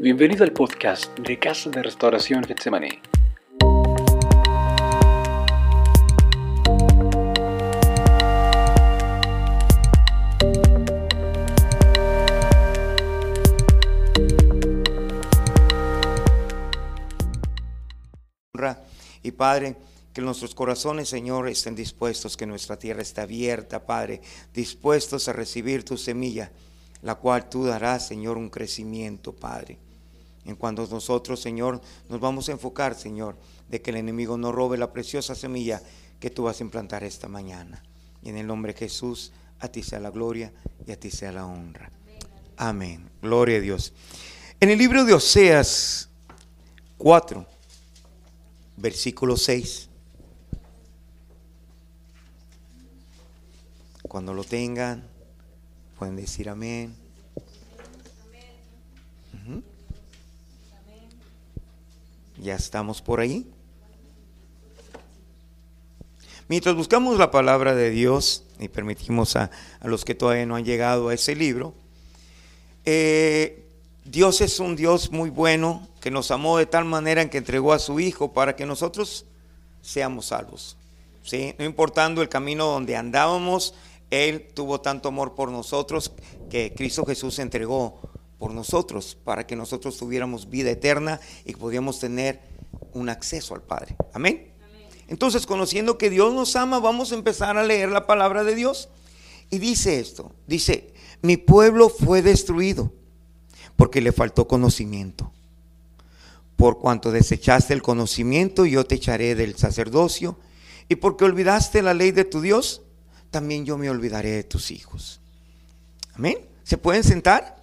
Bienvenido al podcast de Casa de Restauración Getsemaní. Y Padre, que nuestros corazones, Señor, estén dispuestos, que nuestra tierra esté abierta, Padre, dispuestos a recibir tu semilla, la cual tú darás, Señor, un crecimiento, Padre. En cuanto nosotros, Señor, nos vamos a enfocar, Señor, de que el enemigo no robe la preciosa semilla que tú vas a implantar esta mañana. Y en el nombre de Jesús, a ti sea la gloria y a ti sea la honra. Amén. Gloria a Dios. En el libro de Oseas 4, versículo 6. Cuando lo tengan, pueden decir amén. Ya estamos por ahí. Mientras buscamos la palabra de Dios y permitimos a los que todavía no han llegado a ese libro, Dios es un Dios muy bueno, que nos amó de tal manera en que entregó a su Hijo para que nosotros seamos salvos, ¿sí? No importando el camino donde andábamos, Él tuvo tanto amor por nosotros que Cristo Jesús se entregó por nosotros para que nosotros tuviéramos vida eterna y que pudiéramos tener un acceso al Padre. Amén. Entonces, conociendo que Dios nos ama, vamos a empezar a leer la palabra de Dios. Y dice esto, dice: mi pueblo fue destruido porque le faltó conocimiento. Por cuanto desechaste el conocimiento, yo te echaré del sacerdocio, y porque olvidaste la ley de tu Dios, también yo me olvidaré de tus hijos. Amén. ¿Se pueden sentar?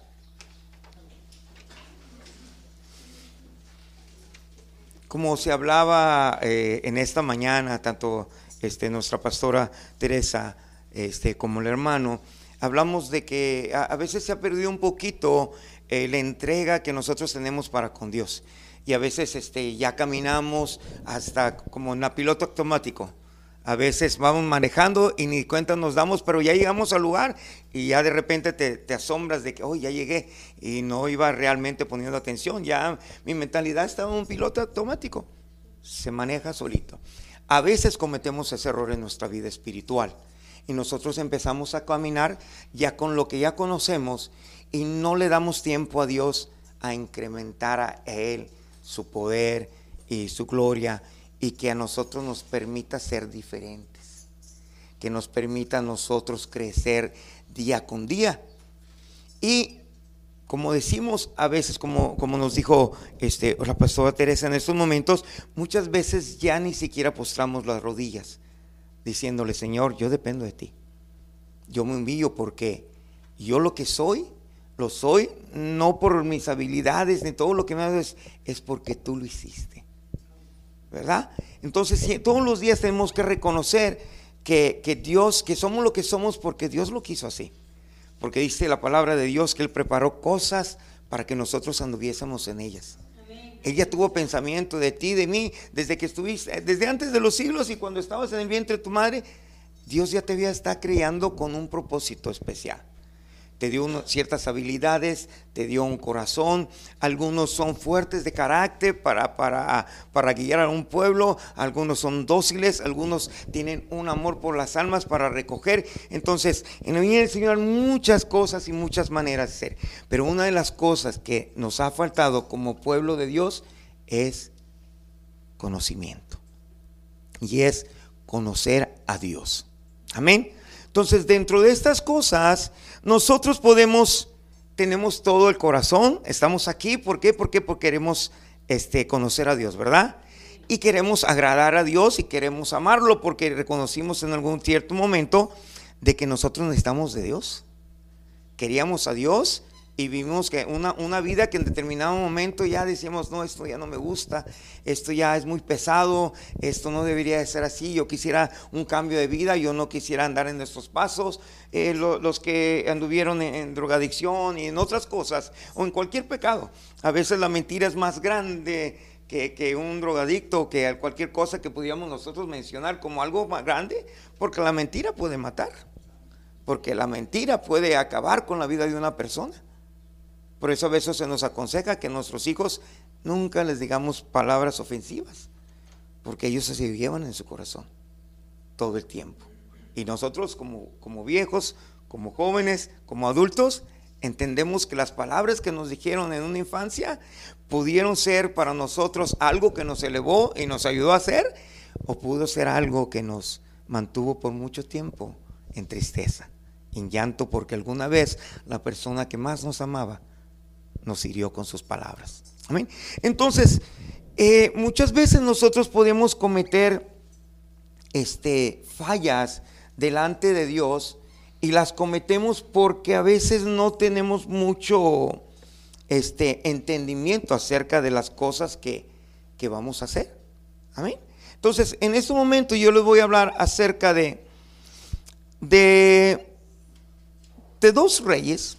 Como se hablaba en esta mañana, tanto nuestra pastora Teresa como el hermano, hablamos de que a veces se ha perdido un poquito la entrega que nosotros tenemos para con Dios. Y a veces ya caminamos hasta como en piloto automático. A veces vamos manejando y ni cuenta nos damos, pero ya llegamos al lugar y ya de repente te asombras de que ya llegué y no iba realmente poniendo atención. Ya mi mentalidad estaba en un piloto automático. Se maneja solito. A veces cometemos ese error en nuestra vida espiritual y nosotros empezamos a caminar ya con lo que ya conocemos y no le damos tiempo a Dios a incrementar a Él su poder y su gloria, y que a nosotros nos permita ser diferentes, que nos permita a nosotros crecer día con día. Y como decimos a veces, como nos dijo la pastora Teresa en estos momentos, muchas veces ya ni siquiera postramos las rodillas diciéndole: Señor, yo dependo de ti, yo me humillo porque yo lo que soy, lo soy no por mis habilidades ni todo lo que me haces, es porque tú lo hiciste, ¿verdad? Entonces todos los días tenemos que reconocer que Dios, que somos lo que somos porque Dios lo quiso así, porque dice la palabra de Dios que Él preparó cosas para que nosotros anduviésemos en ellas. Amén. Él ya tuvo pensamiento de ti, de mí, desde que estuviste, desde antes de los siglos, y cuando estabas en el vientre de tu madre, Dios ya te había estado creando con un propósito especial. Te dio ciertas habilidades, te dio un corazón. Algunos son fuertes de carácter para guiar a un pueblo, algunos son dóciles, algunos tienen un amor por las almas para recoger. Entonces, en la vida del Señor hay muchas cosas y muchas maneras de ser, pero una de las cosas que nos ha faltado como pueblo de Dios es conocimiento, y es conocer a Dios. Amén. Entonces, dentro de estas cosas, nosotros tenemos todo el corazón, estamos aquí. ¿Por qué? Porque queremos conocer a Dios, ¿verdad? Y queremos agradar a Dios y queremos amarlo, porque reconocimos en algún cierto momento de que nosotros necesitamos de Dios. Queríamos a Dios y vivimos que una vida que en determinado momento ya decíamos: no, esto ya no me gusta, esto ya es muy pesado, esto no debería de ser así, yo quisiera un cambio de vida, yo no quisiera andar en estos pasos. Los que anduvieron en drogadicción y en otras cosas, o en cualquier pecado, a veces la mentira es más grande que un drogadicto, que cualquier cosa que pudiéramos nosotros mencionar como algo más grande, porque la mentira puede matar, porque la mentira puede acabar con la vida de una persona. Por eso a veces se nos aconseja que a nuestros hijos nunca les digamos palabras ofensivas, porque ellos se llevan en su corazón todo el tiempo. Y nosotros como viejos, como jóvenes, como adultos, entendemos que las palabras que nos dijeron en una infancia pudieron ser para nosotros algo que nos elevó y nos ayudó a hacer, o pudo ser algo que nos mantuvo por mucho tiempo en tristeza, en llanto, porque alguna vez la persona que más nos amaba nos hirió con sus palabras. Amén. Entonces, muchas veces nosotros podemos cometer fallas delante de Dios, y las cometemos porque a veces no tenemos mucho entendimiento acerca de las cosas que vamos a hacer. Amén. Entonces, en este momento yo les voy a hablar acerca de dos reyes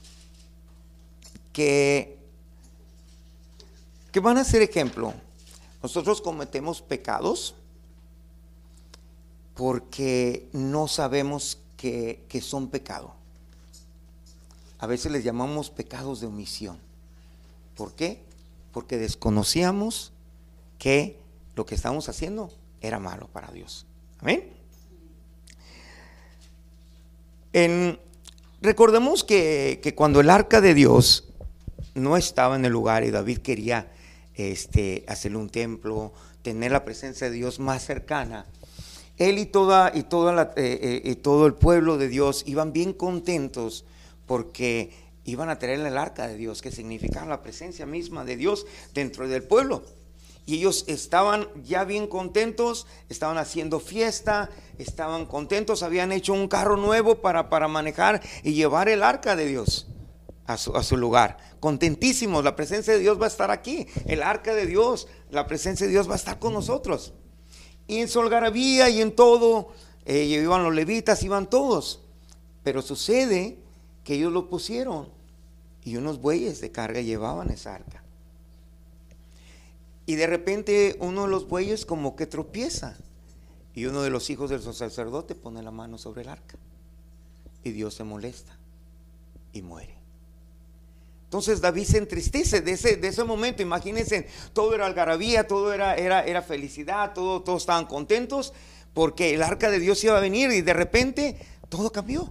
que van a ser ejemplo. Nosotros cometemos pecados porque no sabemos que son pecado. A veces les llamamos pecados de omisión. ¿Por qué? Porque desconocíamos que lo que estábamos haciendo era malo para Dios. Amén. Recordemos que cuando el arca de Dios no estaba en el lugar y David quería hacerle un templo, tener la presencia de Dios más cercana, él y todo el pueblo de Dios iban bien contentos porque iban a traer el arca de Dios, que significaba la presencia misma de Dios dentro del pueblo. Y ellos estaban ya bien contentos, estaban haciendo fiesta, estaban contentos, habían hecho un carro nuevo para manejar y llevar el arca de Dios a su lugar. Contentísimos, la presencia de Dios va a estar aquí, el arca de Dios, la presencia de Dios va a estar con nosotros. Y en su algarabía y en todo, iban los levitas, iban todos. Pero sucede que ellos lo pusieron y unos bueyes de carga llevaban esa arca. Y de repente uno de los bueyes como que tropieza y uno de los hijos del sacerdote pone la mano sobre el arca y Dios se molesta y muere. Entonces David se entristece de ese momento. Imagínense, todo era algarabía, todo era felicidad, todos estaban contentos porque el arca de Dios iba a venir, y de repente todo cambió.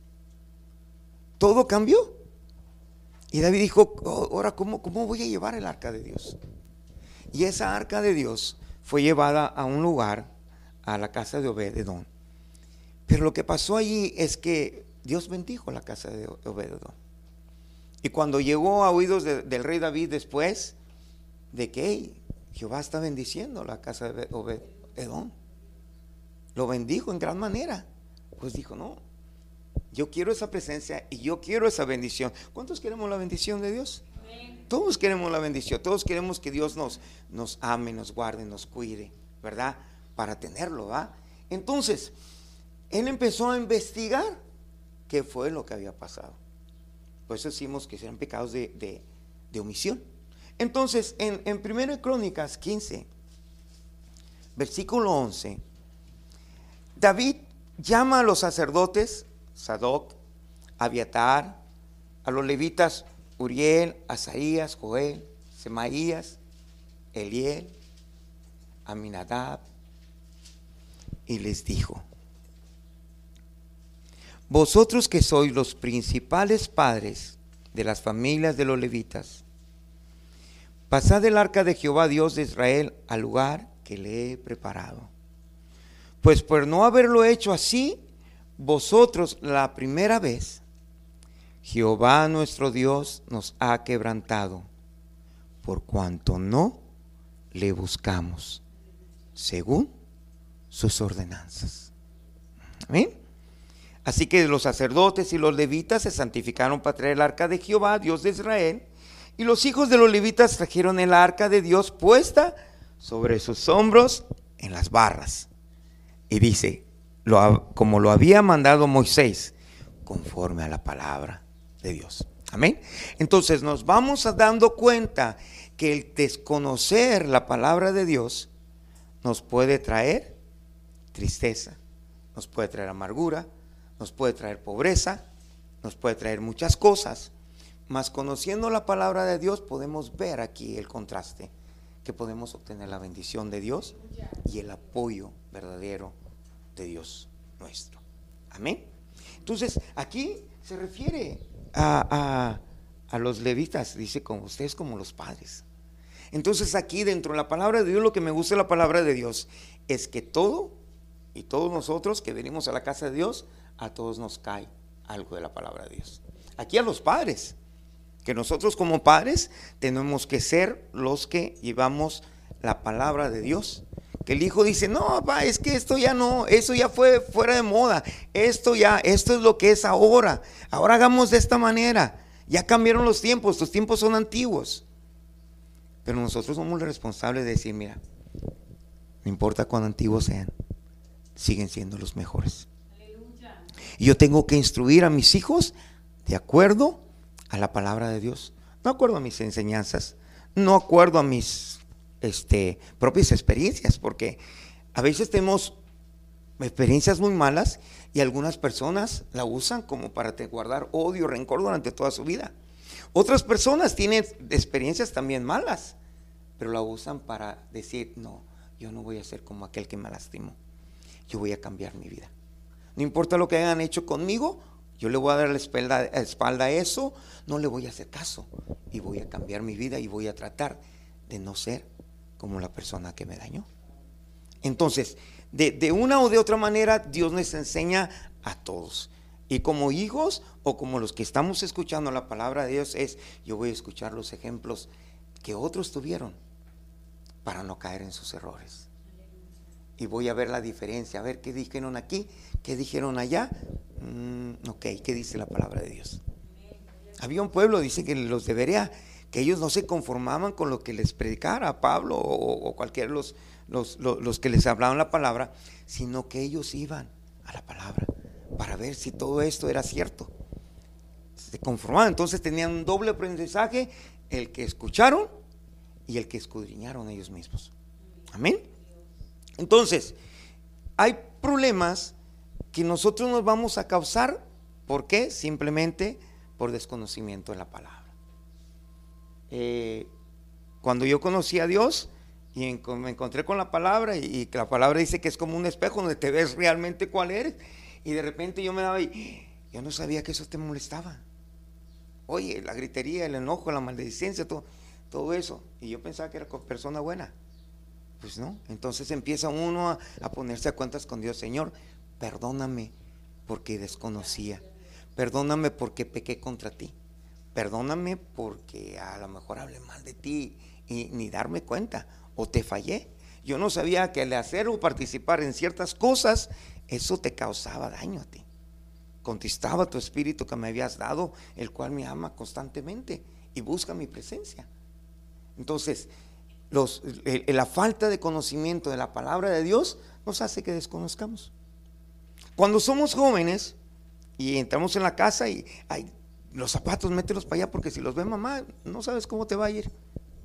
Todo cambió. Y David dijo: ahora ¿cómo voy a llevar el arca de Dios? Y esa arca de Dios fue llevada a un lugar, a la casa de Obed-edom. Pero lo que pasó allí es que Dios bendijo la casa de Obed-edom. Y cuando llegó a oídos del rey David después de que Jehová está bendiciendo la casa de Obed-edom, lo bendijo en gran manera, pues dijo: no, yo quiero esa presencia y yo quiero esa bendición. ¿Cuántos queremos la bendición de Dios? Amén. Todos queremos la bendición, todos queremos que Dios nos ame, nos guarde, nos cuide, ¿verdad? Para tenerlo, ¿va? Entonces, él empezó a investigar qué fue lo que había pasado. Por eso decimos que eran pecados de omisión. Entonces, en 1 Crónicas 15, versículo 11, David llama a los sacerdotes Sadoc, Abiatar, a los levitas Uriel, Asaías, Joel, Semaías, Eliel, Aminadab, y les dijo: vosotros que sois los principales padres de las familias de los levitas, pasad el arca de Jehová Dios de Israel al lugar que le he preparado. Pues por no haberlo hecho así vosotros la primera vez, Jehová nuestro Dios nos ha quebrantado, por cuanto no le buscamos según sus ordenanzas. Amén. Así que los sacerdotes y los levitas se santificaron para traer el arca de Jehová, Dios de Israel, y los hijos de los levitas trajeron el arca de Dios puesta sobre sus hombros en las barras. Y dice, como lo había mandado Moisés, conforme a la palabra de Dios. Amén. Entonces nos vamos dando cuenta que el desconocer la palabra de Dios nos puede traer tristeza, nos puede traer amargura, nos puede traer pobreza, nos puede traer muchas cosas. Mas conociendo la palabra de Dios podemos ver aquí el contraste, que podemos obtener la bendición de Dios y el apoyo verdadero de Dios nuestro. Amén. Entonces aquí se refiere a los levitas, dice, como ustedes como los padres. Entonces aquí dentro de la palabra de Dios, lo que me gusta de la palabra de Dios es que todo y todos nosotros que venimos a la casa de Dios, a todos nos cae algo de la palabra de Dios. Aquí a los padres, que nosotros como padres tenemos que ser los que llevamos la palabra de Dios. Que el hijo dice, no, papá, es que esto ya no, eso ya fue fuera de moda, esto es lo que es ahora hagamos de esta manera, ya cambiaron los tiempos son antiguos. Pero nosotros somos los responsables de decir, mira, no importa cuán antiguos sean, siguen siendo los mejores. Aleluya. Y yo tengo que instruir a mis hijos de acuerdo a la palabra de Dios, no acuerdo a mis enseñanzas, no acuerdo a mis propias experiencias, porque a veces tenemos experiencias muy malas y algunas personas la usan como para guardar odio, rencor durante toda su vida. Otras personas tienen experiencias también malas, pero la usan para decir, no, yo no voy a ser como aquel que me lastimó, yo voy a cambiar mi vida. No importa lo que hayan hecho conmigo, yo le voy a dar la espalda a eso, no le voy a hacer caso y voy a cambiar mi vida y voy a tratar de no ser como la persona que me dañó. Entonces, de una o de otra manera, Dios nos enseña a todos. Y como hijos o como los que estamos escuchando la palabra de Dios, yo voy a escuchar los ejemplos que otros tuvieron para no caer en sus errores. Y voy a ver la diferencia, a ver qué dijeron aquí, qué dijeron allá. Ok, ¿qué dice la palabra de Dios? Había un pueblo, dice que los de Berea, que ellos no se conformaban con lo que les predicara Pablo o cualquiera de los que les hablaban la palabra, sino que ellos iban a la palabra para ver si todo esto era cierto. Se conformaban, entonces tenían un doble aprendizaje, el que escucharon y el que escudriñaron ellos mismos. Amén. Entonces, hay problemas que nosotros nos vamos a causar. ¿Por qué? Simplemente por desconocimiento de la palabra. Cuando yo conocí a Dios y me encontré con la palabra, y que la palabra dice que es como un espejo donde te ves realmente cuál eres, y de repente yo me daba y yo no sabía que eso te molestaba. Oye, la gritería, el enojo, la maledicencia, todo eso, y yo pensaba que era persona buena. Pues no, entonces empieza uno a ponerse a cuentas con Dios. Señor, perdóname porque desconocía, perdóname porque pequé contra ti, perdóname porque a lo mejor hablé mal de ti y ni darme cuenta, o te fallé. Yo no sabía que al hacer o participar en ciertas cosas, eso te causaba daño a ti, contristaba tu espíritu que me habías dado, el cual me ama constantemente y busca mi presencia. Entonces, la falta de conocimiento de la palabra de Dios nos hace que desconozcamos. Cuando somos jóvenes y entramos en la casa y los zapatos, mételos para allá, porque si los ve mamá, no sabes cómo te va a ir.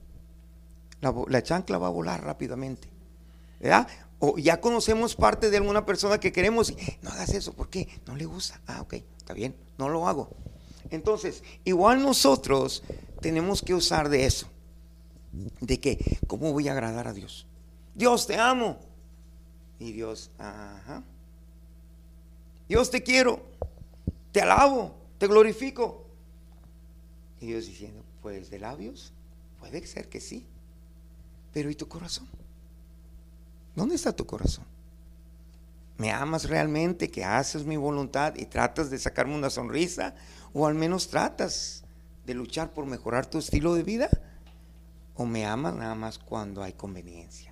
La chancla va a volar rápidamente, ¿verdad? O ya conocemos parte de alguna persona que queremos y no hagas eso, ¿por qué? No le gusta. Ok, está bien, no lo hago. Entonces, igual nosotros tenemos que usar de eso. ¿De qué? ¿Cómo voy a agradar a Dios? Dios, te amo. Y Dios, ajá. Dios, te quiero, te alabo, te glorifico. Y Dios diciendo, pues de labios puede ser que sí, pero ¿y tu corazón? ¿Dónde está tu corazón? ¿Me amas realmente, que haces mi voluntad y tratas de sacarme una sonrisa? ¿O al menos tratas de luchar por mejorar tu estilo de vida? ¿O me amas nada más cuando hay conveniencia?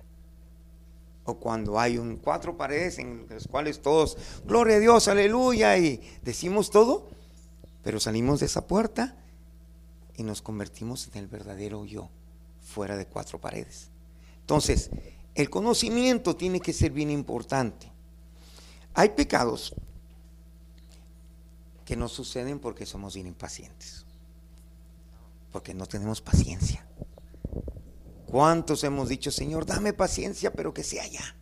O cuando hay 4 paredes en las cuales todos, gloria a Dios, aleluya, y decimos todo, pero salimos de esa puerta y nos convertimos en el verdadero yo, fuera de 4 paredes. Entonces, el conocimiento tiene que ser bien importante. Hay pecados que no suceden porque somos bien impacientes, porque no tenemos paciencia. ¿Cuántos hemos dicho, Señor, dame paciencia, pero que sea ya?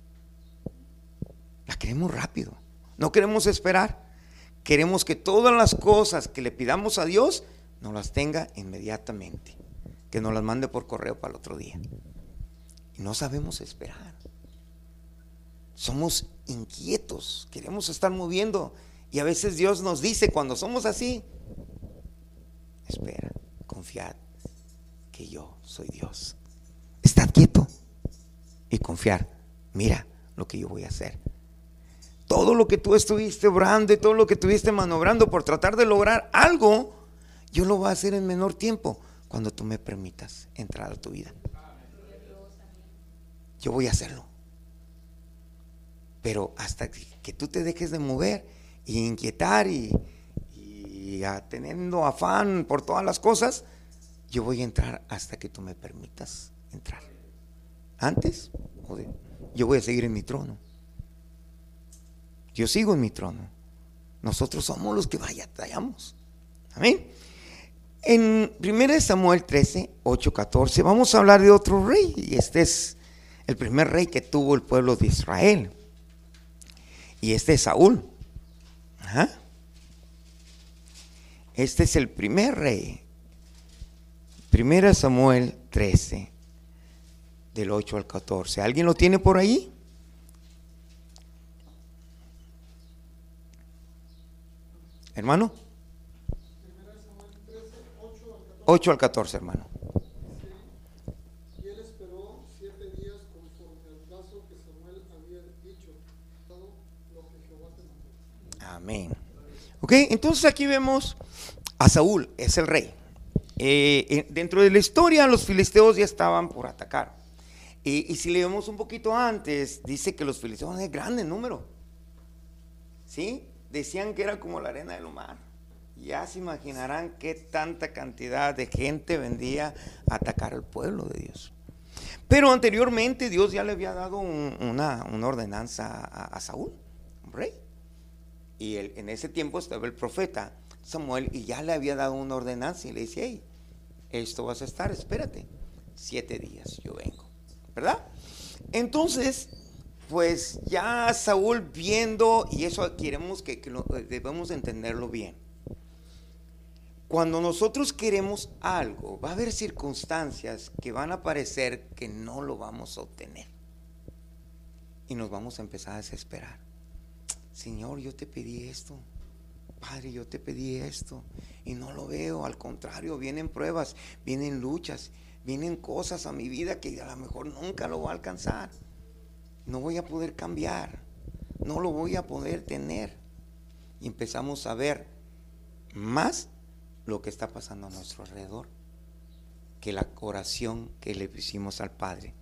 La queremos rápido, no queremos esperar. Queremos que todas las cosas que le pidamos a Dios nos las tenga inmediatamente, que nos las mande por correo para el otro día. Y no sabemos esperar. Somos inquietos, queremos estar moviendo. Y a veces Dios nos dice cuando somos así: espera, confiad que yo soy Dios. Estad quieto y confiar. Mira lo que yo voy a hacer. Todo lo que tú estuviste obrando y todo lo que estuviste manobrando por tratar de lograr algo, yo lo voy a hacer en menor tiempo cuando tú me permitas entrar a tu vida. Yo voy a hacerlo. Pero hasta que tú te dejes de mover y inquietar y teniendo afán por todas las cosas, yo voy a entrar hasta que tú me permitas entrar. Antes, yo voy a seguir en mi trono. Yo sigo en mi trono. Nosotros somos los que batallamos. Amén. En 1 Samuel 13, 8, 14 vamos a hablar de otro rey. Y este es el primer rey que tuvo el pueblo de Israel. Y este es Saúl. Ajá. Este es el primer rey. 1 Samuel 13, del 8 al 14. ¿Alguien lo tiene por ahí? Hermano. 8 al 14, hermano. Y él esperó 7 días conforme al plazo que Samuel había dicho, todo lo que Jehová te mandó. Amén. Ok, entonces aquí vemos a Saúl, es el rey. Dentro de la historia, los filisteos ya estaban por atacar. Y si leemos un poquito antes, dice que los filisteos eran grandes número. ¿Sí? Decían que era como la arena del mar. Ya se imaginarán qué tanta cantidad de gente vendía a atacar al pueblo de Dios. Pero anteriormente Dios ya le había dado una ordenanza a Saúl, un rey. Y en ese tiempo estaba el profeta Samuel y ya le había dado una ordenanza y le dice: hey, esto vas a estar, espérate, 7 días yo vengo, ¿verdad? Entonces, pues ya Saúl viendo, y eso queremos que debemos entenderlo bien. Cuando nosotros queremos algo, va a haber circunstancias que van a parecer que no lo vamos a obtener. Y nos vamos a empezar a desesperar. Señor, yo te pedí esto. Padre, yo te pedí esto y no lo veo. Al contrario, vienen pruebas, vienen luchas, vienen cosas a mi vida que a lo mejor nunca lo voy a alcanzar. No voy a poder cambiar, no lo voy a poder tener. Y empezamos a ver más lo que está pasando a nuestro alrededor que la oración que le hicimos al Padre.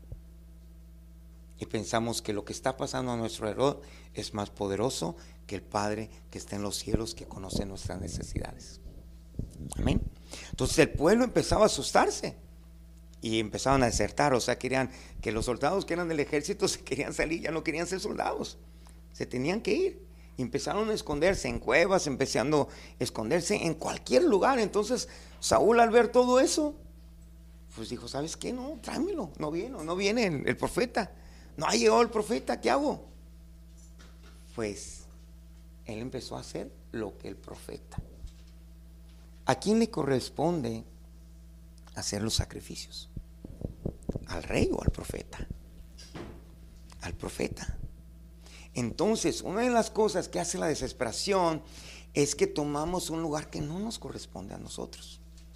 Y pensamos que lo que está pasando a nuestro alrededor es más poderoso que el Padre que está en los cielos, que conoce nuestras necesidades. Amén. Entonces el pueblo empezaba a asustarse y empezaban a desertar. O sea, querían que los soldados que eran del ejército se querían salir, ya no querían ser soldados, se tenían que ir. Y empezaron a esconderse en cuevas, empezando a esconderse en cualquier lugar. Entonces Saúl, al ver todo eso, pues dijo: ¿sabes qué? No, tráemelo. No viene el profeta. No ha llegado el profeta, ¿qué hago? Pues él empezó a hacer lo que el profeta. ¿A quién le corresponde hacer los sacrificios? ¿Al rey o al profeta? Al profeta. Entonces, una de las cosas que hace la desesperación es que tomamos un lugar que no nos corresponde a nosotros.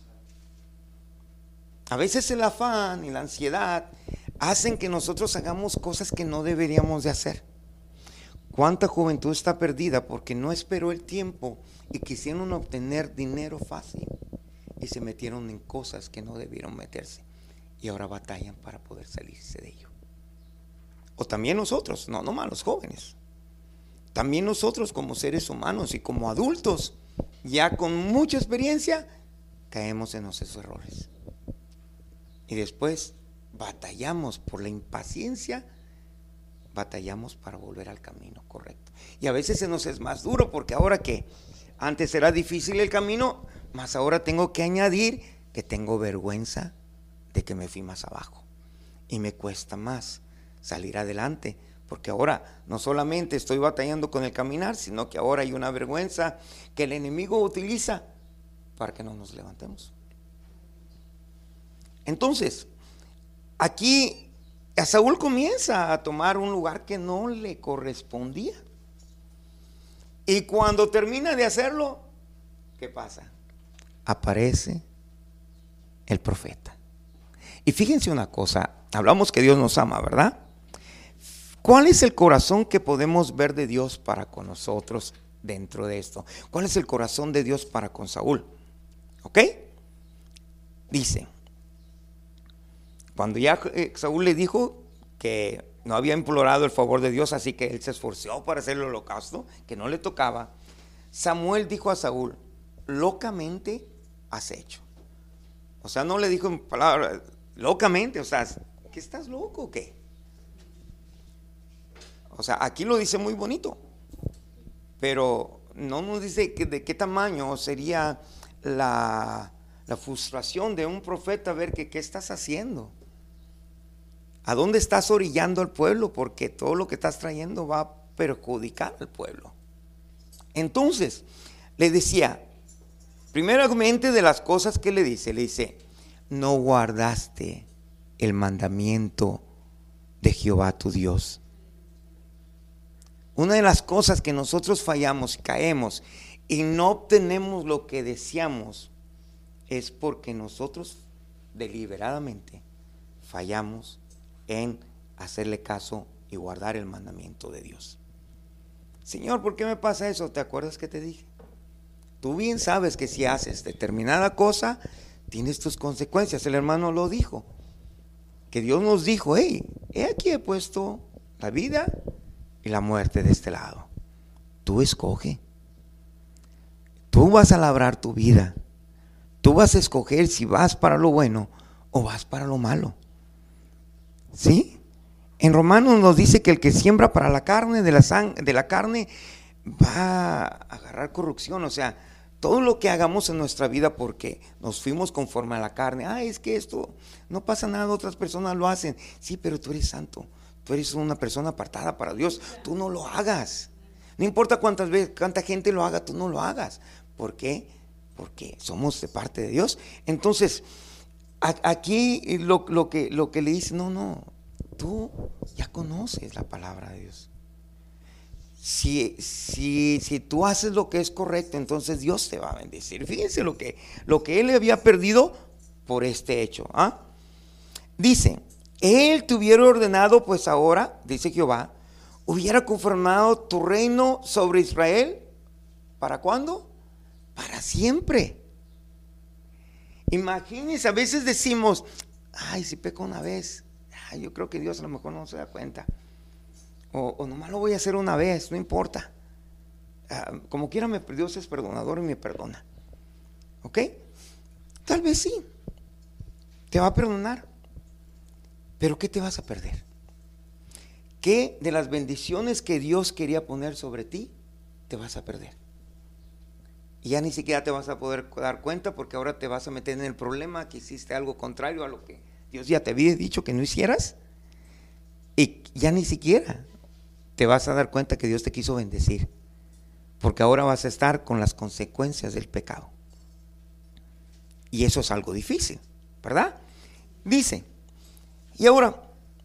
A veces el afán y la ansiedad hacen que nosotros hagamos cosas que no deberíamos de hacer. ¿Cuánta juventud está perdida porque no esperó el tiempo y quisieron obtener dinero fácil y se metieron en cosas que no debieron meterse y ahora batallan para poder salirse de ello? O también nosotros, no nomás los jóvenes, también nosotros como seres humanos y como adultos, ya con mucha experiencia, caemos en esos errores. Y después batallamos por la impaciencia, batallamos para volver al camino correcto. Y a veces se nos es más duro porque ahora que antes era difícil el camino, más ahora tengo que añadir que tengo vergüenza de que me fui más abajo y me cuesta más salir adelante, porque ahora no solamente estoy batallando con el caminar, sino que ahora hay una vergüenza que el enemigo utiliza para que no nos levantemos. Entonces, aquí a Saúl comienza a tomar un lugar que no le correspondía. Y cuando termina de hacerlo, ¿qué pasa? Aparece el profeta. Y fíjense una cosa, hablamos que Dios nos ama, ¿verdad? ¿Cuál es el corazón que podemos ver de Dios para con nosotros dentro de esto? ¿Cuál es el corazón de Dios para con Saúl? ¿Ok? Dice, cuando ya Saúl le dijo que no había implorado el favor de Dios, así que él se esforzó para hacer el holocausto, que no le tocaba, Samuel dijo a Saúl, locamente has hecho. O sea, no le dijo en palabras, locamente, o sea, ¿qué estás loco o qué? O sea, aquí lo dice muy bonito, pero no nos dice de qué tamaño sería la frustración de un profeta ver que qué estás haciendo. ¿A dónde estás orillando al pueblo? Porque todo lo que estás trayendo va a perjudicar al pueblo. Entonces, le decía, primeramente de las cosas que le dice, no guardaste el mandamiento de Jehová tu Dios. Una de las cosas que nosotros fallamos, caemos y no obtenemos lo que deseamos es porque nosotros deliberadamente fallamos en hacerle caso y guardar el mandamiento de Dios. Señor, ¿por qué me pasa eso? ¿Te acuerdas que te dije? Tú bien sabes que si haces determinada cosa, tienes tus consecuencias. El hermano lo dijo, que Dios nos dijo, hey, he aquí he puesto la vida y la muerte de este lado. Tú escoge. Tú vas a labrar tu vida. Tú vas a escoger si vas para lo bueno o vas para lo malo. ¿Sí? En Romanos nos dice que el que siembra para la carne, de la carne, va a agarrar corrupción. O sea, todo lo que hagamos en nuestra vida porque nos fuimos conforme a la carne. Es que esto no pasa nada, otras personas lo hacen. Sí, pero tú eres santo. Tú eres una persona apartada para Dios. Tú no lo hagas. No importa cuánta gente lo haga, tú no lo hagas. ¿Por qué? Porque somos de parte de Dios. Entonces, aquí lo que le dice, no, tú ya conoces la palabra de Dios. Si tú haces lo que es correcto, entonces Dios te va a bendecir. Fíjense lo que él había perdido por este hecho. Dice, él te hubiera ordenado, pues ahora, dice Jehová, hubiera conformado tu reino sobre Israel. ¿Para cuándo? Para siempre. Imagínense, a veces decimos, si peco una vez, yo creo que Dios a lo mejor no se da cuenta. O nomás lo voy a hacer una vez, no importa. Como quiera, Dios es perdonador y me perdona. ¿Ok? Tal vez sí, te va a perdonar. Pero ¿qué te vas a perder? ¿Qué de las bendiciones que Dios quería poner sobre ti te vas a perder? Y ya ni siquiera te vas a poder dar cuenta porque ahora te vas a meter en el problema que hiciste algo contrario a lo que Dios ya te había dicho que no hicieras. Y ya ni siquiera te vas a dar cuenta que Dios te quiso bendecir, porque ahora vas a estar con las consecuencias del pecado. Y eso es algo difícil, ¿verdad? Dice, y ahora,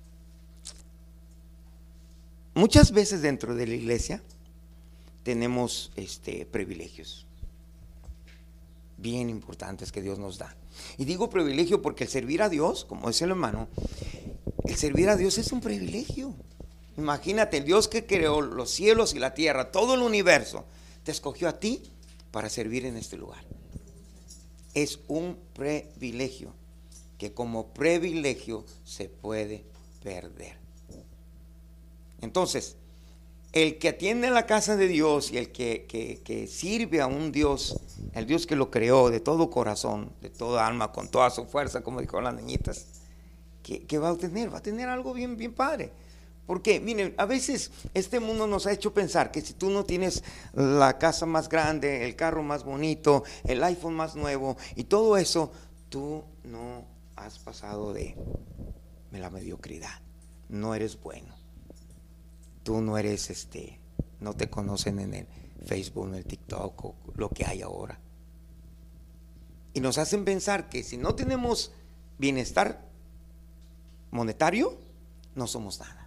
muchas veces dentro de la iglesia tenemos privilegios bien importantes que Dios nos da. Y digo privilegio porque el servir a Dios, como dice el hermano, el servir a Dios es un privilegio. Imagínate, el Dios que creó los cielos y la tierra, todo el universo, te escogió a ti para servir en este lugar. Es un privilegio que como privilegio se puede perder. Entonces, el que atiende a la casa de Dios y el que sirve a un Dios, el Dios que lo creó de todo corazón, de toda alma, con toda su fuerza, como dijo las niñitas, ¿qué va a obtener? Va a tener algo bien, bien padre. Porque, miren, a veces este mundo nos ha hecho pensar que si tú no tienes la casa más grande, el carro más bonito, el iPhone más nuevo y todo eso, tú no has pasado de la mediocridad. No eres bueno. Tú no eres no te conocen en el Facebook, en el TikTok o lo que hay ahora. y nos hacen pensar que si no tenemos bienestar monetario, no somos nada.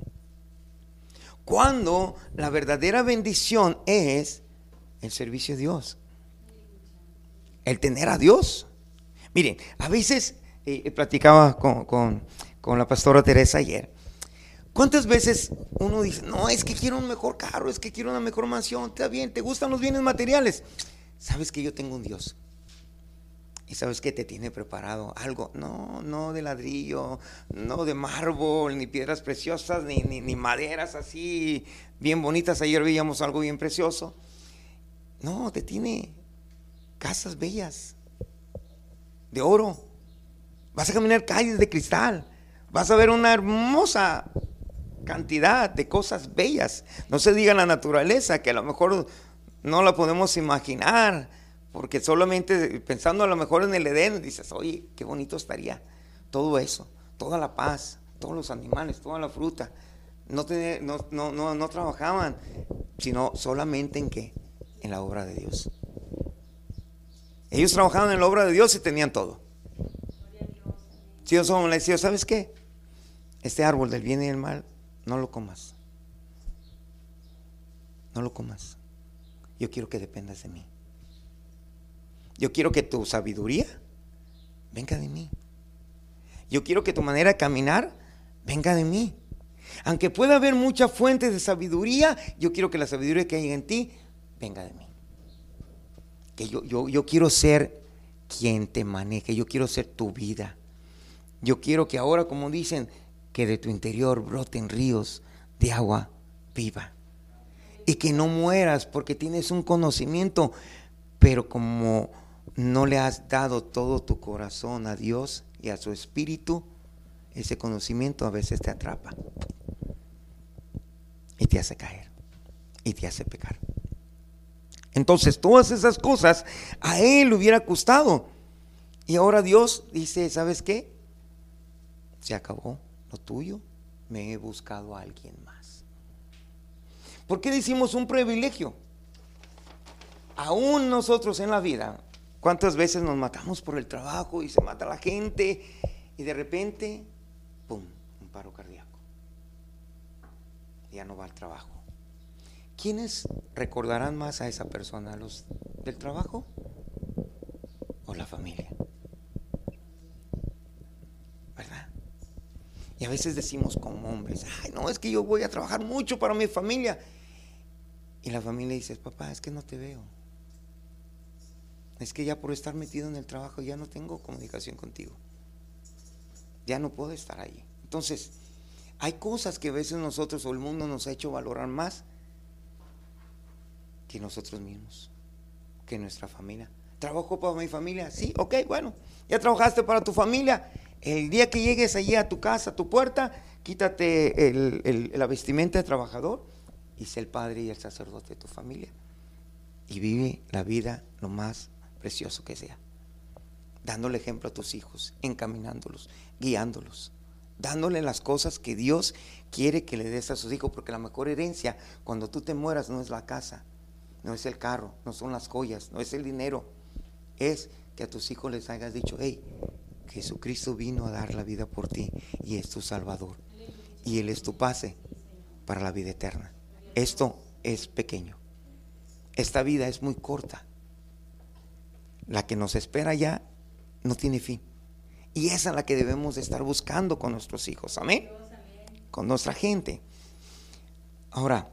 Cuando la verdadera bendición es el servicio a Dios, el tener a Dios. Miren, a veces platicaba con la pastora Teresa ayer. ¿Cuántas veces uno dice, no, es que quiero un mejor carro, es que quiero una mejor mansión? Está bien, te gustan los bienes materiales. Sabes que yo tengo un Dios, y sabes que te tiene preparado algo, no de ladrillo, no de mármol, ni piedras preciosas, ni maderas así bien bonitas. Ayer veíamos algo bien precioso. No, te tiene casas bellas de oro. Vas a caminar calles de cristal, vas a ver una hermosa cantidad de cosas bellas. No se diga la naturaleza, que a lo mejor no la podemos imaginar, porque solamente pensando a lo mejor en el Edén dices, oye, qué bonito estaría todo eso, toda la paz, todos los animales, toda la fruta. No trabajaban, sino solamente en qué, en la obra de Dios. Ellos trabajaban en la obra de Dios y tenían todo. Si Dios le decía, ¿sabes qué? Este árbol del bien y del mal, no lo comas. No lo comas. Yo quiero que dependas de mí. Yo quiero que tu sabiduría venga de mí. Yo quiero que tu manera de caminar venga de mí. Aunque pueda haber muchas fuentes de sabiduría, yo quiero que la sabiduría que hay en ti venga de mí. Que yo quiero ser quien te maneje. Yo quiero ser tu vida. Yo quiero que ahora, como dicen, que de tu interior broten ríos de agua viva. Y que no mueras porque tienes un conocimiento, pero como no le has dado todo tu corazón a Dios y a su Espíritu, ese conocimiento a veces te atrapa y te hace caer y te hace pecar. Entonces todas esas cosas a él le hubiera costado, y ahora Dios dice, ¿sabes qué? Se acabó lo tuyo, me he buscado a alguien más. ¿Por qué decimos un privilegio? Aún nosotros en la vida, ¿cuántas veces nos matamos por el trabajo y se mata la gente y de repente, pum, un paro cardíaco? Ya no va al trabajo. ¿Quiénes recordarán más a esa persona? ¿Los del trabajo o la familia? ¿Verdad? Y a veces decimos como hombres, ay, no, es que yo voy a trabajar mucho para mi familia. Y la familia dice, papá, es que no te veo. Es que ya por estar metido en el trabajo ya no tengo comunicación contigo. Ya no puedo estar ahí. Entonces, hay cosas que a veces nosotros o el mundo nos ha hecho valorar más que nosotros mismos, que nuestra familia. ¿Trabajo para mi familia? Sí, ok, bueno, ya trabajaste para tu familia. El día que llegues allí a tu casa, a tu puerta, quítate la vestimenta de trabajador y sé el padre y el sacerdote de tu familia. Y vive la vida lo más precioso que sea, dándole ejemplo a tus hijos, encaminándolos, guiándolos, dándole las cosas que Dios quiere que le des a sus hijos, porque la mejor herencia cuando tú te mueras no es la casa, no es el carro, no son las joyas, no es el dinero, es que a tus hijos les hayas dicho, hey, Jesucristo vino a dar la vida por ti y es tu Salvador y Él es tu pase para la vida eterna. Esto es pequeño, esta vida es muy corta, la que nos espera ya no tiene fin, y esa es la que debemos de estar buscando con nuestros hijos, amén, con nuestra gente. Ahora,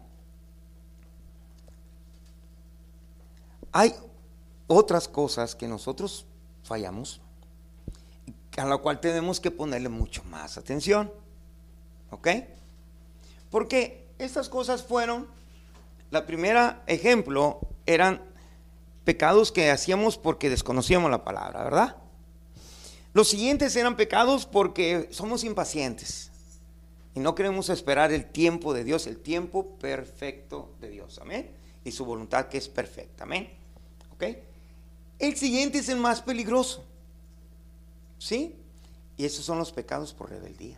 hay otras cosas que nosotros fallamos, a la cual tenemos que ponerle mucho más atención, ¿ok? Porque estas cosas fueron, la primera ejemplo, eran pecados que hacíamos porque desconocíamos la palabra, ¿verdad? Los siguientes eran pecados porque somos impacientes y no queremos esperar el tiempo de Dios, el tiempo perfecto de Dios, amén, y su voluntad que es perfecta, amén, ¿ok? El siguiente es el más peligroso, ¿sí? Y esos son los pecados por rebeldía.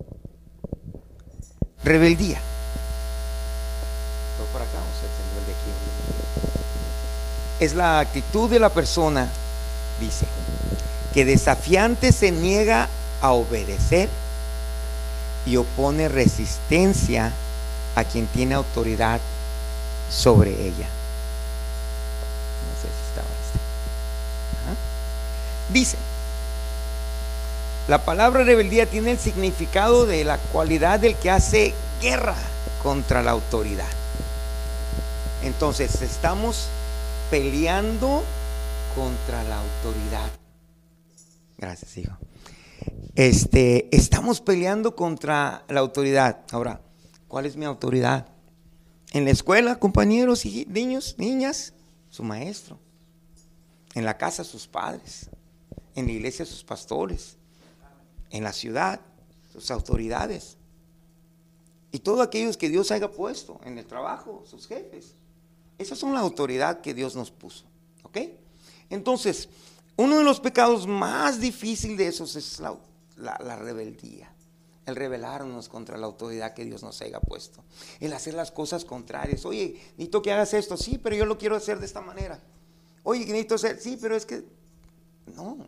Rebeldía. Todo por acá, vamos a encendió el de aquí. Es la actitud de la persona Dice que desafiante se niega a obedecer y opone resistencia a quien tiene autoridad sobre ella. No sé si estaba este. Dice, la palabra rebeldía tiene el significado de la cualidad del que hace guerra contra la autoridad. Entonces estamos peleando contra la autoridad. Gracias, hijo. Estamos peleando contra la autoridad. Ahora, ¿cuál es mi autoridad? En la escuela, compañeros y niños, niñas, su maestro. En la casa, sus padres. En la iglesia, sus pastores. En la ciudad, sus autoridades. Y todos aquellos que Dios haya puesto en el trabajo, sus jefes. Esas son la autoridad que Dios nos puso. ¿Ok? Entonces, uno de los pecados más difíciles de esos es la rebeldía. El rebelarnos contra la autoridad que Dios nos haya puesto. El hacer las cosas contrarias. Oye, necesito que hagas esto. Sí, pero yo lo quiero hacer de esta manera. Oye, necesito hacer. Sí, pero es que no.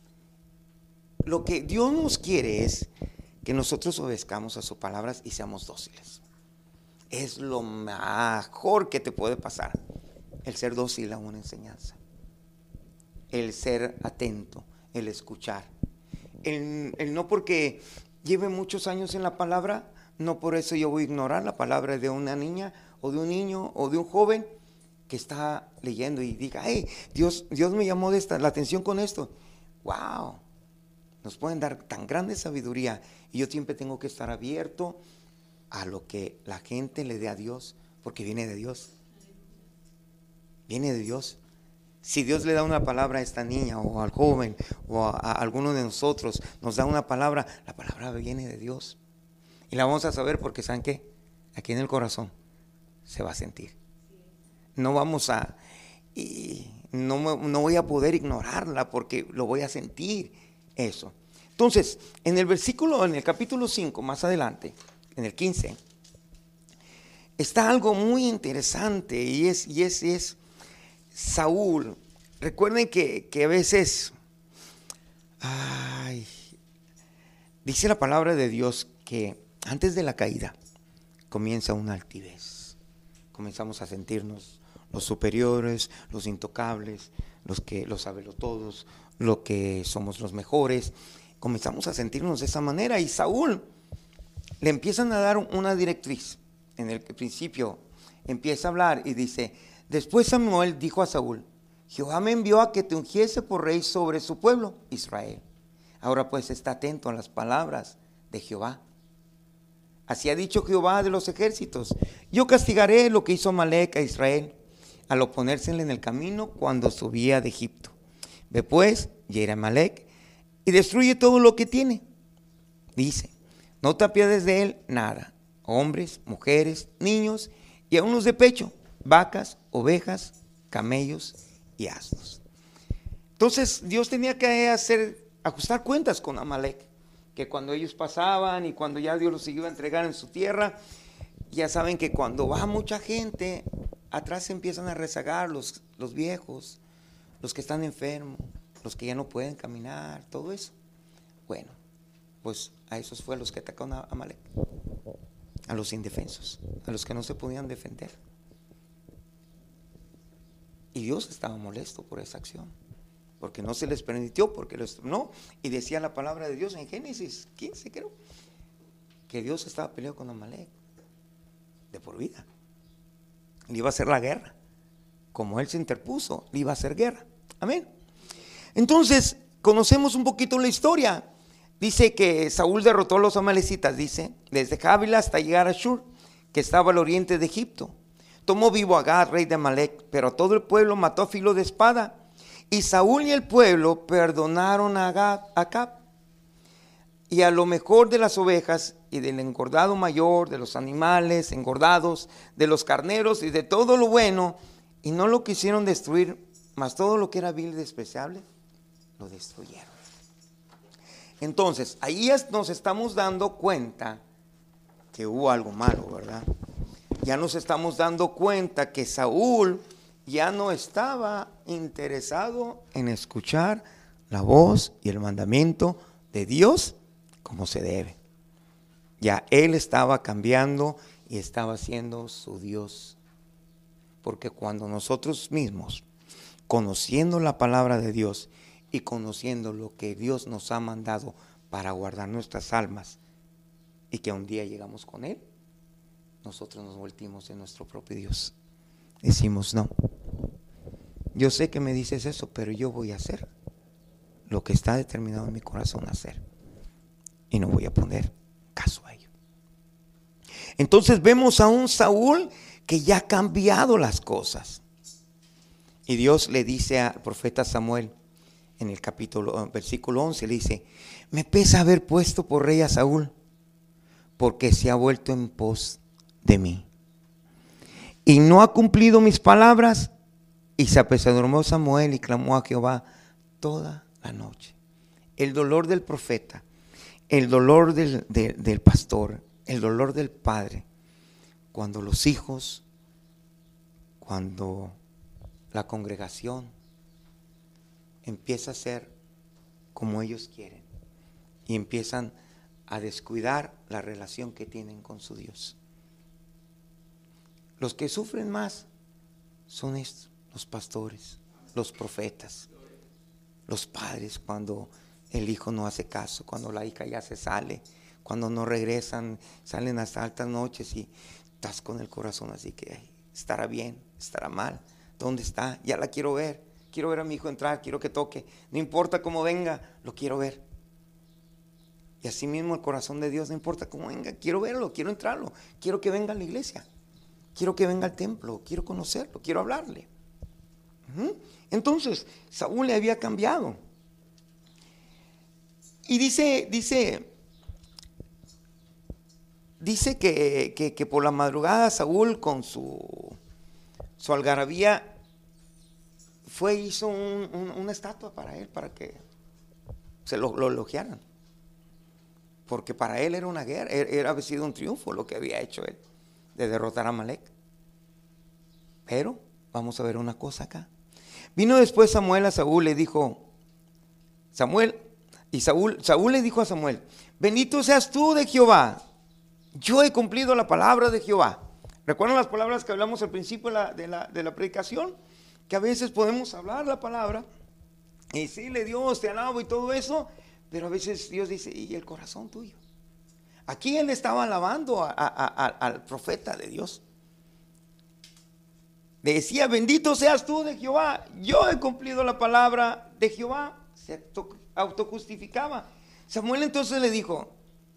Lo que Dios nos quiere es que nosotros obedezcamos a sus palabras y seamos dóciles. Es lo mejor que te puede pasar. El ser dócil a una enseñanza. El ser atento. El escuchar. El no porque lleve muchos años en la palabra, no por eso yo voy a ignorar la palabra de una niña o de un niño o de un joven que está leyendo y diga, hey, Dios me llamó la atención con esto. Wow, nos pueden dar tan grande sabiduría y yo siempre tengo que estar abierto a lo que la gente le dé a Dios, porque viene de Dios. Viene de Dios. Si Dios le da una palabra a esta niña o al joven o a alguno de nosotros, nos da una palabra, la palabra viene de Dios. Y la vamos a saber porque ¿saben qué? Aquí en el corazón se va a sentir. No vamos a, y no voy a poder ignorarla porque lo voy a sentir eso. Entonces, en el capítulo 5, más adelante, en el 15, está algo muy interesante y es Saúl. Recuerden que a veces dice la palabra de Dios que antes de la caída comienza una altivez. Comenzamos a sentirnos los superiores, los intocables, los sabelotodos, los que somos los mejores. Comenzamos a sentirnos de esa manera y Saúl le empiezan a dar una directriz. En el principio empieza a hablar y dice: después Samuel dijo a Saúl: Jehová me envió a que te ungiese por rey sobre su pueblo, Israel. Ahora pues está atento a las palabras de Jehová. Así ha dicho Jehová de los ejércitos: yo castigaré lo que hizo Amalec a Israel al oponérsele en el camino cuando subía de Egipto. Ve pues, hiere a Amalec y destruye todo lo que tiene. Dice: no te apiades de él nada, hombres, mujeres, niños y aun los de pecho, vacas, ovejas, camellos y asnos. Entonces Dios tenía que ajustar cuentas con Amalec, que cuando ellos pasaban y cuando ya Dios los iba a entregar en su tierra, ya saben que cuando va mucha gente, atrás se empiezan a rezagar los viejos, los que están enfermos, los que ya no pueden caminar, todo eso. Bueno, pues a esos fue a los que atacaron a Amalec, a los indefensos, a los que no se podían defender. Y Dios estaba molesto por esa acción, porque no se les permitió, porque no. Y decía la palabra de Dios en Génesis 15, creo, que Dios estaba peleado con Amalec de por vida. Le iba a hacer la guerra. Como él se interpuso, le iba a hacer guerra. Amén. Entonces, conocemos un poquito la historia. Dice que Saúl derrotó a los amalecitas, dice, desde Jabila hasta llegar a Shur, que estaba al oriente de Egipto. Tomó vivo a Gad, rey de Amalec, pero a todo el pueblo mató a filo de espada. Y Saúl y el pueblo perdonaron a Acab y a lo mejor de las ovejas y del engordado mayor, de los animales engordados, de los carneros y de todo lo bueno, y no lo quisieron destruir, mas todo lo que era vil y despreciable, lo destruyeron. Entonces, ahí nos estamos dando cuenta que hubo algo malo, ¿verdad? Ya nos estamos dando cuenta que Saúl ya no estaba interesado en escuchar la voz y el mandamiento de Dios como se debe. Ya él estaba cambiando y estaba siendo su Dios. Porque cuando nosotros mismos, conociendo la palabra de Dios y conociendo lo que Dios nos ha mandado para guardar nuestras almas y que un día llegamos con Él, nosotros nos volvimos en nuestro propio Dios. Decimos, no, yo sé que me dices eso, pero yo voy a hacer lo que está determinado en mi corazón hacer y no voy a poner caso a ello. Entonces vemos a un Saúl que ya ha cambiado las cosas. Y Dios le dice al profeta Samuel en el versículo 11, le dice: me pesa haber puesto por rey a Saúl, porque se ha vuelto en pos de mí y no ha cumplido mis palabras. Y se apesadumbró Samuel y clamó a Jehová toda la noche. El dolor del profeta, el dolor del pastor, el dolor del padre, cuando los hijos, cuando la congregación empieza a ser como ellos quieren y empiezan a descuidar la relación que tienen con su Dios. Los que sufren más son estos, los pastores, los profetas, los padres, cuando el hijo no hace caso, cuando la hija ya se sale, cuando no regresan, salen hasta altas noches y estás con el corazón así que estará bien, estará mal, ¿dónde está? Ya la quiero ver a mi hijo entrar, quiero que toque, no importa cómo venga, lo quiero ver. Y así mismo el corazón de Dios, no importa cómo venga, quiero verlo, quiero entrarlo, quiero que venga a la iglesia, quiero que venga al templo, quiero conocerlo, quiero hablarle. Entonces Saúl le había cambiado. Y dice que por la madrugada Saúl con su algarabía hizo una estatua para él, para que se lo elogiaran. Porque para él era una guerra, había sido un triunfo lo que había hecho él, de derrotar a Amalek. Pero vamos a ver una cosa acá. Vino después Samuel a Saúl, le dijo, Saúl le dijo a Samuel: bendito seas tú de Jehová, yo he cumplido la palabra de Jehová. ¿Recuerdan las palabras que hablamos al principio de la predicación? Que a veces podemos hablar la palabra y decirle: Dios, te alabo y todo eso, pero a veces Dios dice: ¿y el corazón tuyo? Aquí él estaba alabando al profeta de Dios. Le decía: bendito seas tú de Jehová, yo he cumplido la palabra de Jehová. Se autojustificaba. Samuel entonces le dijo: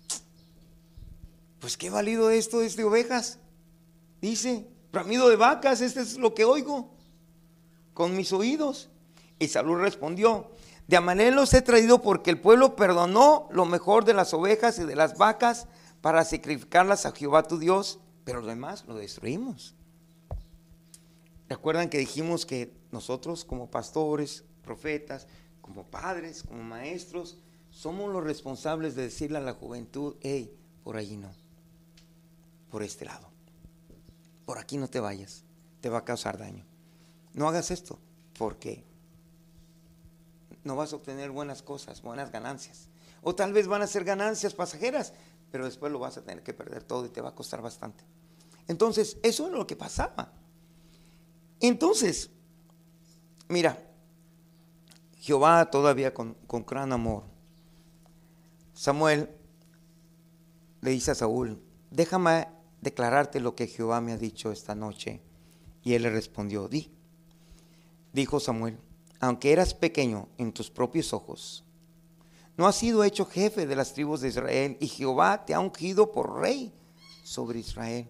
pues qué válido esto es de ovejas. Dice: bramido de vacas, este es lo que oigo con mis oídos. Y Saúl respondió: de Amalek los he traído porque el pueblo perdonó lo mejor de las ovejas y de las vacas para sacrificarlas a Jehová tu Dios, pero lo demás lo destruimos. ¿Recuerdan que dijimos que nosotros como pastores, profetas, como padres, como maestros, somos los responsables de decirle a la juventud: hey, por allí no, por este lado, por aquí no te vayas, te va a causar daño, no hagas esto porque no vas a obtener buenas cosas, buenas ganancias, o tal vez van a ser ganancias pasajeras, pero después lo vas a tener que perder todo y te va a costar bastante. Entonces eso es lo que pasaba. Entonces, mira, Jehová todavía con gran amor, Samuel le dice a Saúl: déjame declararte lo que Jehová me ha dicho esta noche. Y él le respondió: dijo Samuel: aunque eras pequeño en tus propios ojos, no has sido hecho jefe de las tribus de Israel, y Jehová te ha ungido por rey sobre Israel.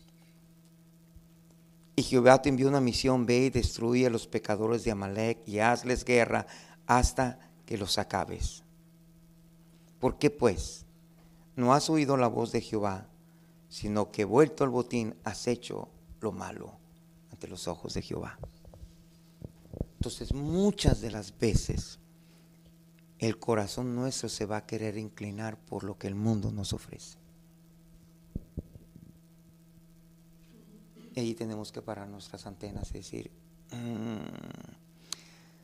Y Jehová te envió una misión: ve y destruye a los pecadores de Amalek y hazles guerra hasta que los acabes. ¿Por qué pues no has oído la voz de Jehová, sino que vuelto al botín has hecho lo malo ante los ojos de Jehová? Entonces muchas de las veces el corazón nuestro se va a querer inclinar por lo que el mundo nos ofrece. Y ahí tenemos que parar nuestras antenas y decir: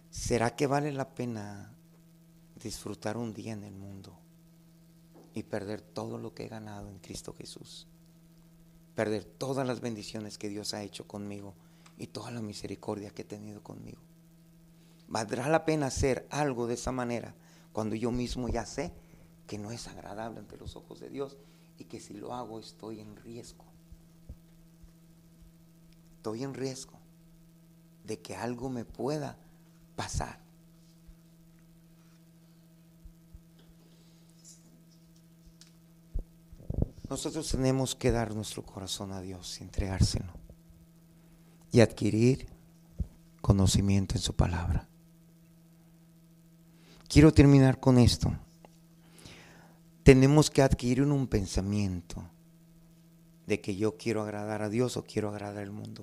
¿será que vale la pena disfrutar un día en el mundo y perder todo lo que he ganado en Cristo Jesús? Perder todas las bendiciones que Dios ha hecho conmigo y toda la misericordia que he tenido conmigo. ¿Valdrá la pena hacer algo de esa manera cuando yo mismo ya sé que no es agradable ante los ojos de Dios y que si lo hago estoy en riesgo? Estoy en riesgo de que algo me pueda pasar. Nosotros tenemos que dar nuestro corazón a Dios y entregárselo y adquirir conocimiento en su palabra. Quiero terminar con esto. Tenemos que adquirir un pensamiento de que yo quiero agradar a Dios o quiero agradar al mundo.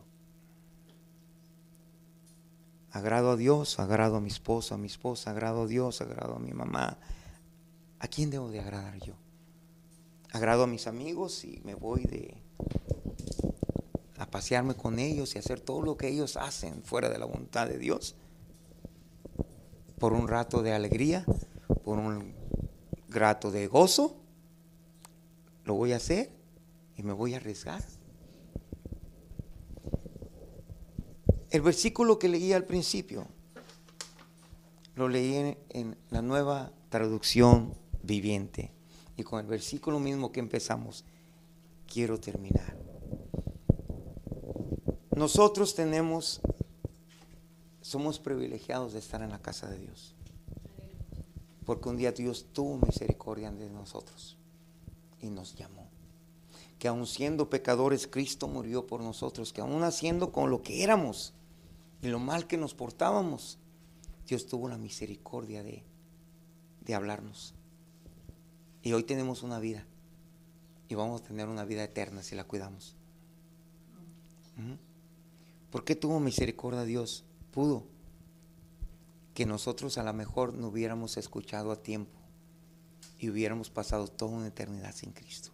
Agrado a Dios, agrado a mi esposa, agrado a Dios, agrado a mi mamá. ¿A quién debo de agradar yo? Agrado a mis amigos y me voy a pasearme con ellos y hacer todo lo que ellos hacen fuera de la voluntad de Dios. Por un rato de alegría, por un rato de gozo, lo voy a hacer y me voy a arriesgar. El versículo que leí al principio, lo leí en la Nueva Traducción Viviente. Y con el versículo mismo que empezamos, quiero terminar. Nosotros somos privilegiados de estar en la casa de Dios. Porque un día Dios tuvo misericordia de nosotros y nos llamó. Que aun siendo pecadores, Cristo murió por nosotros. Que aun haciendo con lo que éramos y lo mal que nos portábamos, Dios tuvo la misericordia de hablarnos. Y hoy tenemos una vida. Y vamos a tener una vida eterna si la cuidamos. ¿Por qué tuvo misericordia Dios? Pudo que nosotros a lo mejor no hubiéramos escuchado a tiempo y hubiéramos pasado toda una eternidad sin Cristo.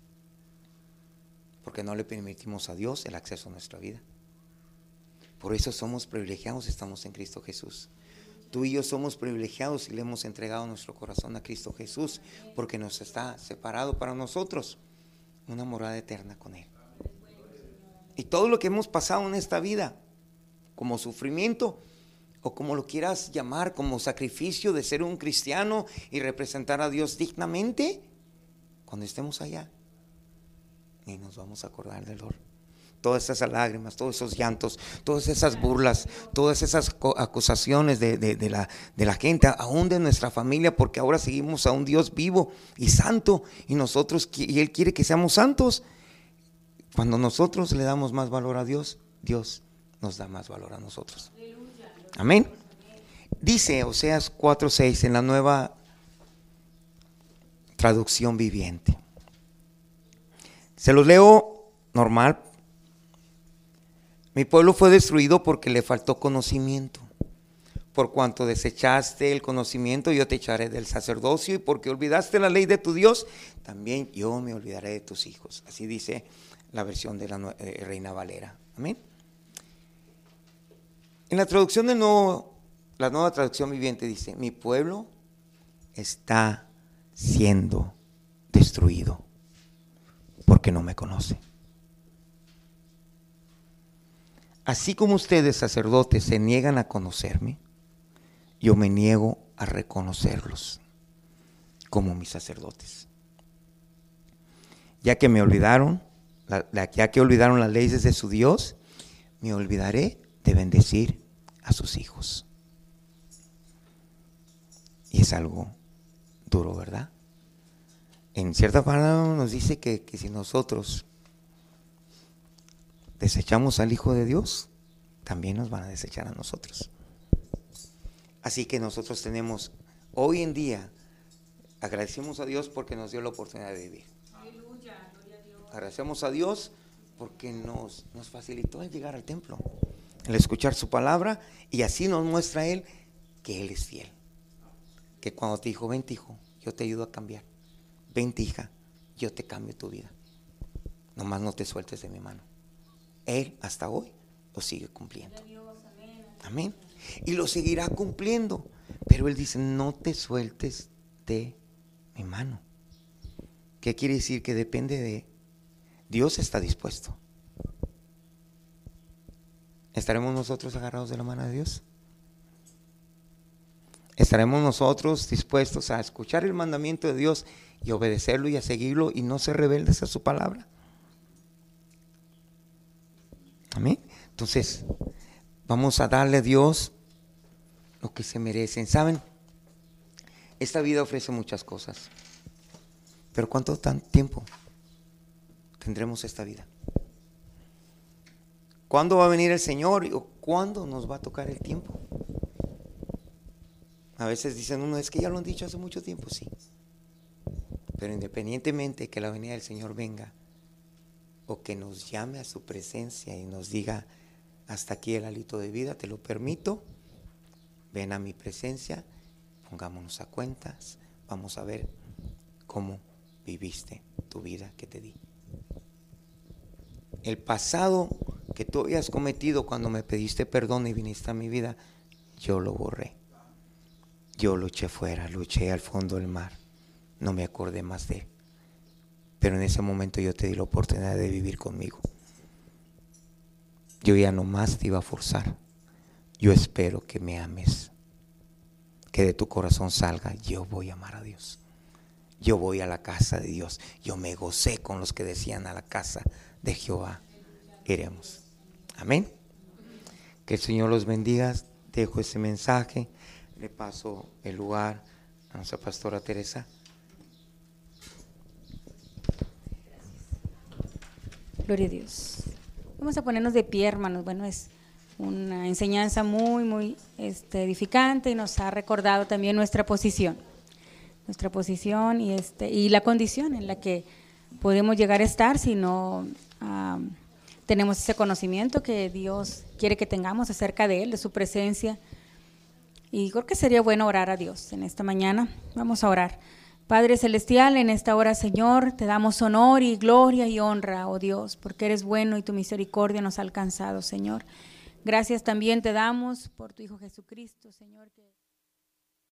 Porque no le permitimos a Dios el acceso a nuestra vida. Por eso somos privilegiados, estamos en Cristo Jesús. Tú y yo somos privilegiados y le hemos entregado nuestro corazón a Cristo Jesús, porque nos está separado para nosotros una morada eterna con Él. Y todo lo que hemos pasado en esta vida, como sufrimiento, o como lo quieras llamar, como sacrificio de ser un cristiano y representar a Dios dignamente, cuando estemos allá, ni nos vamos a acordar del dolor. Todas esas lágrimas, todos esos llantos, todas esas burlas, todas esas acusaciones de la gente, aún de nuestra familia, porque ahora seguimos a un Dios vivo y santo, y Él quiere que seamos santos. Cuando nosotros le damos más valor a Dios, Dios nos da más valor a nosotros. Amén. Dice Oseas 4:6 en la Nueva Traducción Viviente. Se los leo normal. Mi pueblo fue destruido porque le faltó conocimiento. Por cuanto desechaste el conocimiento, yo te echaré del sacerdocio, y porque olvidaste la ley de tu Dios, también yo me olvidaré de tus hijos. Así dice la versión de la Reina Valera. Amén. En la traducción la Nueva Traducción Viviente dice: mi pueblo está siendo destruido porque no me conoce. Así como ustedes, sacerdotes, se niegan a conocerme, yo me niego a reconocerlos como mis sacerdotes. Ya que olvidaron las leyes de su Dios, me olvidaré de bendecir a sus hijos. Y es algo duro, ¿verdad? En cierta palabra nos dice que si nosotros desechamos al Hijo de Dios, también nos van a desechar a nosotros. Así que nosotros tenemos, hoy en día, agradecemos a Dios porque nos dio la oportunidad de vivir. Agradecemos a Dios porque nos facilitó el llegar al templo, el escuchar su palabra, y así nos muestra Él que Él es fiel. Que cuando te dijo: vente, hijo, yo te ayudo a cambiar. Vente, hija, yo te cambio tu vida. Nomás no te sueltes de mi mano. Él hasta hoy lo sigue cumpliendo. Amén. y lo seguirá cumpliendo. Pero Él dice, no te sueltes de mi mano. ¿Qué quiere decir? Que depende de Dios. Está dispuesto. ¿Estaremos nosotros agarrados de la mano de Dios? ¿Estaremos nosotros dispuestos a escuchar el mandamiento de Dios y obedecerlo y a seguirlo y no ser rebeldes a su palabra? Amén. Entonces, vamos a darle a Dios lo que se merecen. ¿Saben? Esta vida ofrece muchas cosas. Pero ¿cuánto tiempo tendremos esta vida? ¿Cuándo va a venir el Señor? ¿O cuándo nos va a tocar el tiempo? A veces dicen uno, es que ya lo han dicho hace mucho tiempo, sí. Pero independientemente que la venida del Señor venga, o que nos llame a su presencia y nos diga, hasta aquí el hálito de vida, te lo permito, ven a mi presencia, pongámonos a cuentas, vamos a ver cómo viviste tu vida que te di. El pasado que tú habías cometido cuando me pediste perdón y viniste a mi vida, yo lo borré. Yo lo eché fuera, lo eché al fondo del mar. No me acordé más de él. Pero en ese momento yo te di la oportunidad de vivir conmigo. Yo ya no más te iba a forzar. Yo espero que me ames. Que de tu corazón salga, yo voy a amar a Dios. Yo voy a la casa de Dios. Yo me gocé con los que decían, a la casa de Jehová iremos. Amén. Que el Señor los bendiga. Dejo ese mensaje. Le paso el lugar a nuestra pastora Teresa. Gloria a Dios. Vamos a ponernos de pie, hermanos. Bueno, es una enseñanza muy edificante y nos ha recordado también nuestra posición y la condición en la que podemos llegar a estar si no tenemos ese conocimiento que Dios quiere que tengamos acerca de Él, de su presencia. Y creo que sería bueno orar a Dios en esta mañana. Vamos a orar. Padre Celestial, en esta hora, Señor, te damos honor y gloria y honra, oh Dios, porque eres bueno y tu misericordia nos ha alcanzado, Señor. Gracias también te damos por tu Hijo Jesucristo, Señor, que